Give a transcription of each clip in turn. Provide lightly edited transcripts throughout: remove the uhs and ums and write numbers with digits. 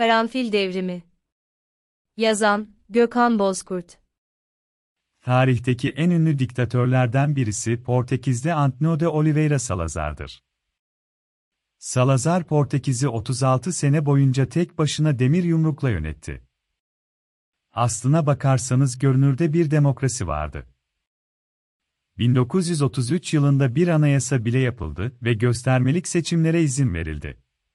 Karanfil Devrimi. Yazan, Gökhan Bozkurt. Tarihteki en ünlü diktatörlerden birisi Portekizli António de Oliveira Salazar'dır. Salazar Portekiz'i 36 sene boyunca tek başına demir yumrukla yönetti. Aslına bakarsanız görünürde bir demokrasi vardı. 1933 yılında bir anayasa bile yapıldı ve göstermelik seçimlere izin verildi.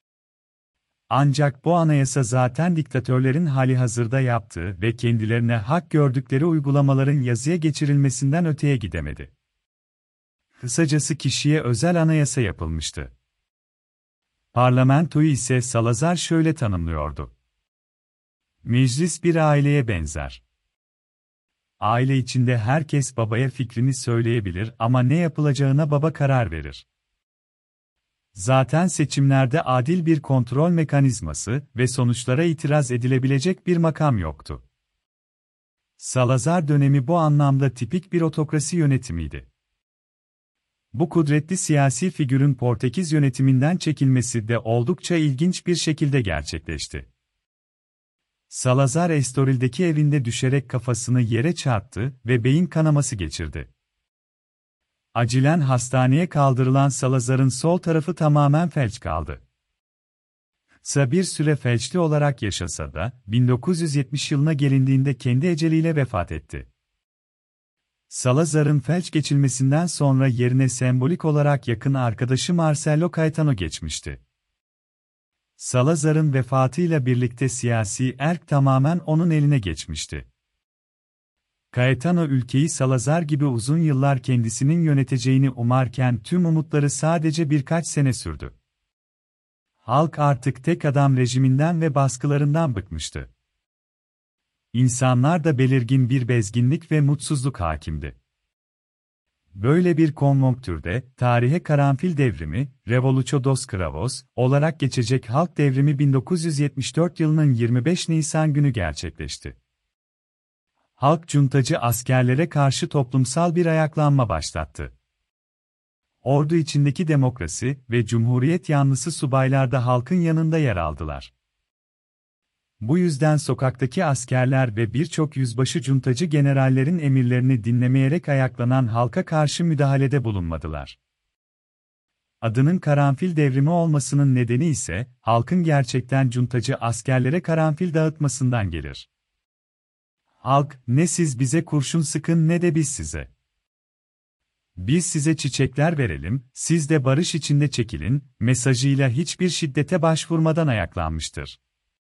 Ancak bu anayasa zaten diktatörlerin halihazırda yaptığı ve kendilerine hak gördükleri uygulamaların yazıya geçirilmesinden öteye gidemedi. Kısacası kişiye özel anayasa yapılmıştı. Parlamentoyu ise Salazar şöyle tanımlıyordu: meclis bir aileye benzer. Aile içinde herkes babaya fikrini söyleyebilir ama ne yapılacağına baba karar verir. Zaten seçimlerde adil bir kontrol mekanizması ve sonuçlara itiraz edilebilecek bir makam yoktu. Salazar dönemi bu anlamda tipik bir otokrasi yönetimiydi. Bu kudretli siyasi figürün Portekiz yönetiminden çekilmesi de oldukça ilginç bir şekilde gerçekleşti. Salazar Estoril'deki evinde düşerek kafasını yere çarptı ve beyin kanaması geçirdi. Acilen hastaneye kaldırılan Salazar'ın sol tarafı tamamen felç kaldı. Kısa bir süre felçli olarak yaşasa da, 1970 yılına gelindiğinde kendi eceliyle vefat etti. Salazar'ın felç geçilmesinden sonra yerine sembolik olarak yakın arkadaşı Marcelo Caetano geçmişti. Salazar'ın vefatıyla birlikte siyasi erk tamamen onun eline geçmişti. Caetano ülkeyi Salazar gibi uzun yıllar kendisinin yöneteceğini umarken tüm umutları sadece birkaç sene sürdü. Halk artık tek adam rejiminden ve baskılarından bıkmıştı. İnsanlar da belirgin bir bezginlik ve mutsuzluk hakimdi. Böyle bir konjonktürde, tarihe Karanfil Devrimi, Revolução dos Cravos olarak geçecek halk devrimi 1974 yılının 25 Nisan günü gerçekleşti. Halk cuntacı askerlere karşı toplumsal bir ayaklanma başlattı. Ordu içindeki demokrasi ve cumhuriyet yanlısı subaylar da halkın yanında yer aldılar. Bu yüzden sokaktaki askerler ve birçok yüzbaşı cuntacı generallerin emirlerini dinlemeyerek ayaklanan halka karşı müdahalede bulunmadılar. Adının Karanfil Devrimi olmasının nedeni ise, halkın gerçekten cuntacı askerlere karanfil dağıtmasından gelir. Halk, ne siz bize kurşun sıkın ne de biz size. Biz size çiçekler verelim, siz de barış içinde çekilin, mesajıyla hiçbir şiddete başvurmadan ayaklanmıştır.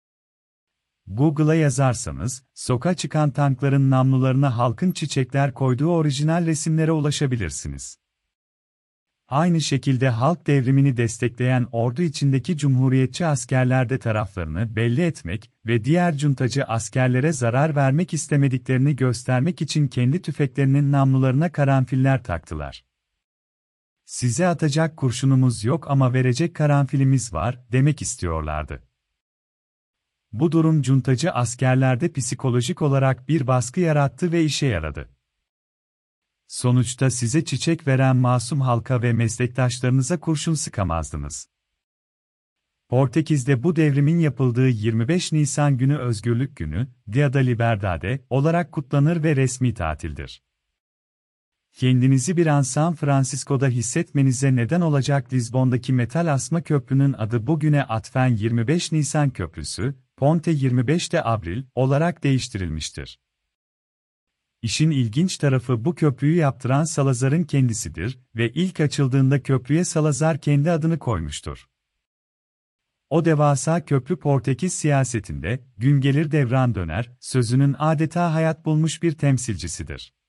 Google'a yazarsanız, sokağa çıkan tankların namlularına halkın çiçekler koyduğu orijinal resimlere ulaşabilirsiniz. Aynı şekilde halk devrimini destekleyen ordu içindeki cumhuriyetçi askerler de taraflarını belli etmek ve diğer cuntacı askerlere zarar vermek istemediklerini göstermek için kendi tüfeklerinin namlularına karanfiller taktılar. Size atacak kurşunumuz yok ama verecek karanfilimiz var, demek istiyorlardı. Bu durum cuntacı askerlerde psikolojik olarak bir baskı yarattı ve işe yaradı. Sonuçta size çiçek veren masum halka ve meslektaşlarınıza kurşun sıkamazdınız. Portekiz'de bu devrimin yapıldığı 25 Nisan günü Özgürlük Günü, Dia da Liberdade olarak kutlanır ve resmi tatildir. Kendinizi bir an San Francisco'da hissetmenize neden olacak Lizbon'daki metal asma köprünün adı bugüne atfen 25 Nisan Köprüsü, Ponte 25 de Abril olarak değiştirilmiştir. İşin ilginç tarafı bu köprüyü yaptıran Salazar'ın kendisidir ve ilk açıldığında köprüye Salazar kendi adını koymuştur. O devasa köprü Portekiz siyasetinde, gün gelir devran döner, sözünün adeta hayat bulmuş bir temsilcisidir.